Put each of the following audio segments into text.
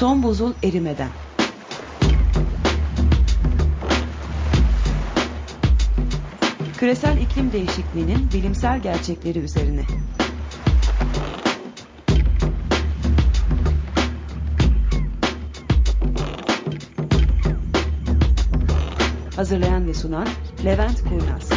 Son buzul erimeden. Küresel iklim değişikliğinin bilimsel gerçekleri üzerine. Hazırlayan ve sunan Levent Kurnaz.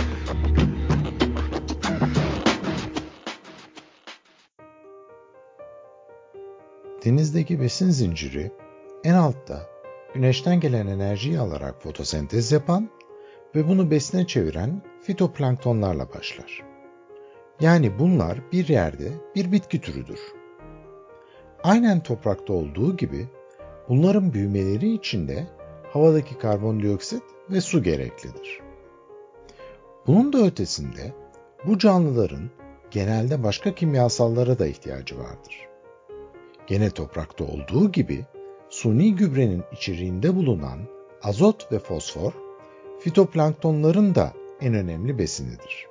Denizdeki besin zinciri en altta güneşten gelen enerjiyi alarak fotosentez yapan ve bunu besine çeviren fitoplanktonlarla başlar. Yani bunlar bir yerde bir bitki türüdür. Aynen toprakta olduğu gibi bunların büyümeleri için de havadaki karbondioksit ve su gereklidir. Bunun da ötesinde bu canlıların genelde başka kimyasallara da ihtiyacı vardır. Gene toprakta olduğu gibi suni gübrenin içeriğinde bulunan azot ve fosfor, fitoplanktonların da en önemli besinidir.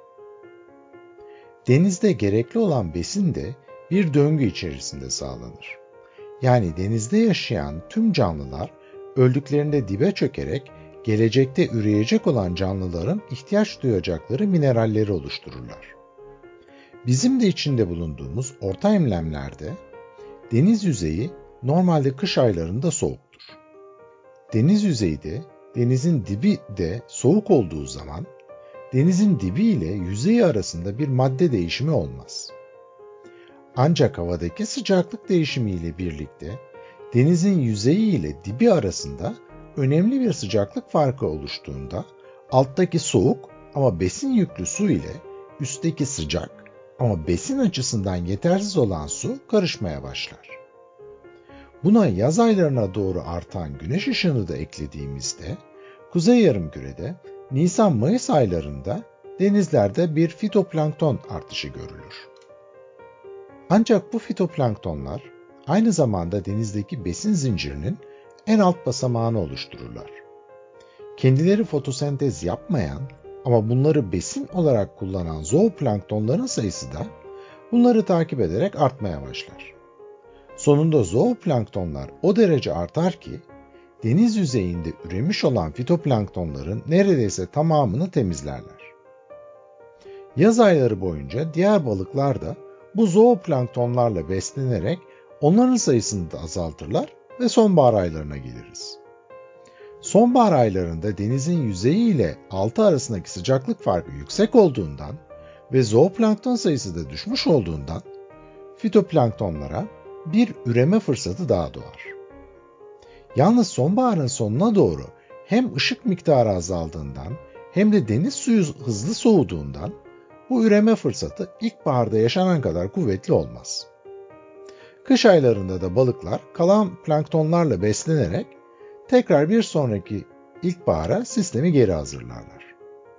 Denizde gerekli olan besin de bir döngü içerisinde sağlanır. Yani denizde yaşayan tüm canlılar öldüklerinde dibe çökerek gelecekte üreyecek olan canlıların ihtiyaç duyacakları mineralleri oluştururlar. Bizim de içinde bulunduğumuz orta enlemlerde deniz yüzeyi normalde kış aylarında soğuktur. Deniz yüzeyi de denizin dibi de soğuk olduğu zaman denizin dibi ile yüzeyi arasında bir madde değişimi olmaz. Ancak havadaki sıcaklık değişimi ile birlikte denizin yüzeyi ile dibi arasında önemli bir sıcaklık farkı oluştuğunda alttaki soğuk ama besin yüklü su ile üstteki sıcak ama besin açısından yetersiz olan su karışmaya başlar. Buna yaz aylarına doğru artan güneş ışığını da eklediğimizde Kuzey Yarımküre'de Nisan-Mayıs aylarında denizlerde bir fitoplankton artışı görülür. Ancak bu fitoplanktonlar aynı zamanda denizdeki besin zincirinin en alt basamağını oluştururlar. Kendileri fotosentez yapmayan ama bunları besin olarak kullanan zooplanktonların sayısı da bunları takip ederek artmaya başlar. Sonunda zooplanktonlar o derece artar ki deniz yüzeyinde üremiş olan fitoplanktonların neredeyse tamamını temizlerler. Yaz ayları boyunca diğer balıklar da bu zooplanktonlarla beslenerek onların sayısını da azaltırlar ve sonbahar aylarına geliriz. Sonbahar aylarında denizin yüzeyi ile altı arasındaki sıcaklık farkı yüksek olduğundan ve zooplankton sayısı da düşmüş olduğundan fitoplanktonlara bir üreme fırsatı daha doğar. Yalnız sonbaharın sonuna doğru hem ışık miktarı azaldığından hem de deniz suyu hızlı soğuduğundan bu üreme fırsatı ilkbaharda yaşanan kadar kuvvetli olmaz. Kış aylarında da balıklar kalan planktonlarla beslenerek tekrar bir sonraki ilkbahara sistemi geri hazırlarlar.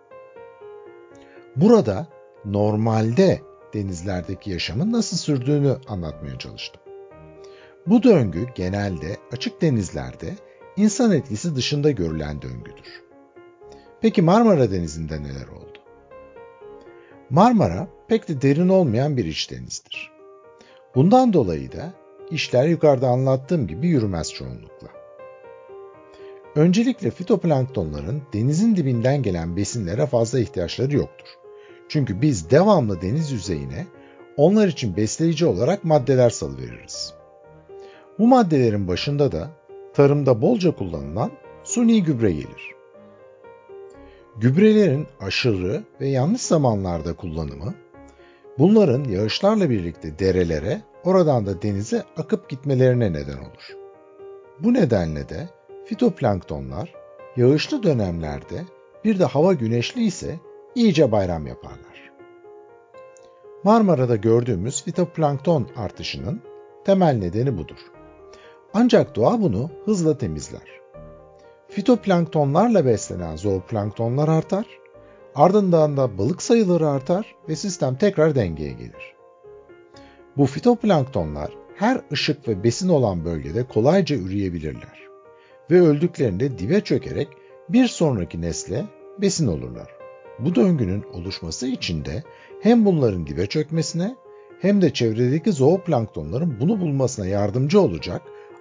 Burada normalde denizlerdeki yaşamın nasıl sürdüğünü anlatmaya çalıştım. Bu döngü genelde açık denizlerde insan etkisi dışında görülen döngüdür. Peki Marmara Denizi'nde neler oldu? Marmara pek de derin olmayan bir iç denizdir. Bundan dolayı da işler yukarıda anlattığım gibi yürümez çoğunlukla. Öncelikle fitoplanktonların denizin dibinden gelen besinlere fazla ihtiyaçları yoktur. Çünkü biz devamlı deniz yüzeyine onlar için besleyici olarak maddeler salıveririz. Bu maddelerin başında da tarımda bolca kullanılan suni gübre gelir. Gübrelerin aşırı ve yanlış zamanlarda kullanımı, bunların yağışlarla birlikte derelere, oradan da denize akıp gitmelerine neden olur. Bu nedenle de fitoplanktonlar yağışlı dönemlerde bir de hava güneşli ise iyice bayram yaparlar. Marmara'da gördüğümüz fitoplankton artışının temel nedeni budur. Ancak doğa bunu hızla temizler. Fitoplanktonlarla beslenen zooplanktonlar artar, ardından da balık sayıları artar ve sistem tekrar dengeye gelir. Bu fitoplanktonlar her ışık ve besin olan bölgede kolayca üreyebilirler ve öldüklerinde dibe çökerek bir sonraki nesle besin olurlar. Bu döngünün oluşması için de hem bunların dibe çökmesine hem de çevredeki zooplanktonların bunu bulmasına yardımcı olacak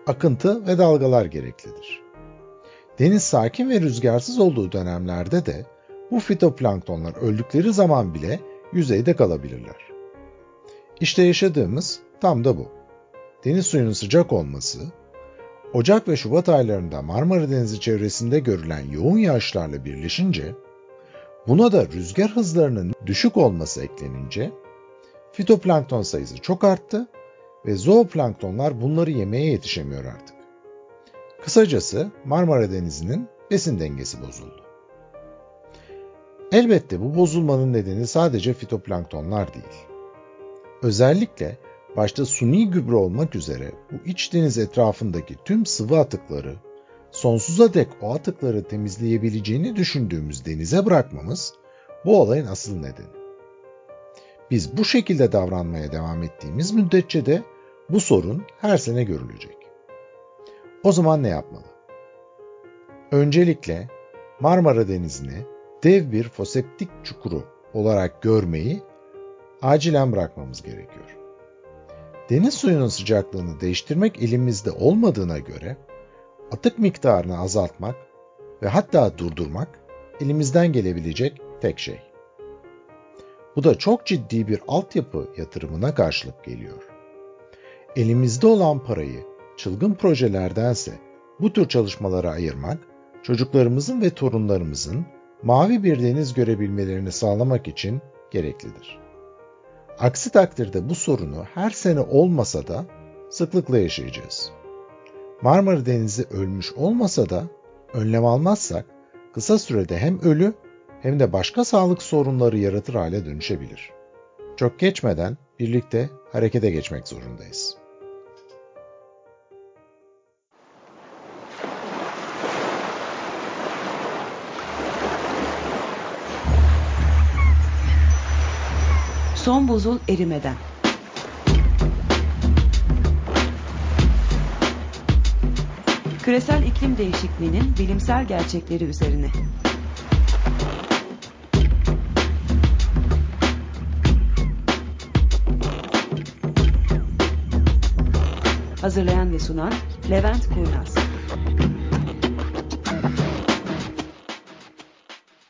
akıntı ve dalgalar gereklidir. Deniz sakin ve rüzgarsız olduğu dönemlerde de bu fitoplanktonlar öldükleri zaman bile yüzeyde kalabilirler. İşte yaşadığımız tam da bu. Deniz suyunun sıcak olması, Ocak ve Şubat aylarında Marmara Denizi çevresinde görülen yoğun yağışlarla birleşince, buna da rüzgar hızlarının düşük olması eklenince, fitoplankton sayısı çok arttı ve zooplanktonlar bunları yemeye yetişemiyor artık. Kısacası Marmara Denizi'nin besin dengesi bozuldu. Elbette bu bozulmanın nedeni sadece fitoplanktonlar değil. Özellikle başta suni gübre olmak üzere bu iç deniz etrafındaki tüm sıvı atıkları, sonsuza dek o atıkları temizleyebileceğini düşündüğümüz denize bırakmamız bu olayın asıl nedeni. Biz bu şekilde davranmaya devam ettiğimiz müddetçe de bu sorun her sene görülecek. O zaman ne yapmalı? Öncelikle Marmara Denizi'ni dev bir foseptik çukuru olarak görmeyi acilen bırakmamız gerekiyor. Deniz suyunun sıcaklığını değiştirmek elimizde olmadığına göre atık miktarını azaltmak ve hatta durdurmak elimizden gelebilecek tek şey. Bu da çok ciddi bir altyapı yatırımına karşılık geliyor. Elimizde olan parayı çılgın projelerdense bu tür çalışmalara ayırmak, çocuklarımızın ve torunlarımızın mavi bir deniz görebilmelerini sağlamak için gereklidir. Aksi takdirde bu sorunu her sene olmasa da sıklıkla yaşayacağız. Marmara Denizi ölmüş olmasa da önlem almazsak kısa sürede hem ölü hem de başka sağlık sorunları yaratır hale dönüşebilir. Çok geçmeden birlikte harekete geçmek zorundayız. Son buzul erimeden. Küresel iklim değişikliğinin bilimsel gerçekleri üzerine. Hazırlayan ve sunan Levent Kurnaz.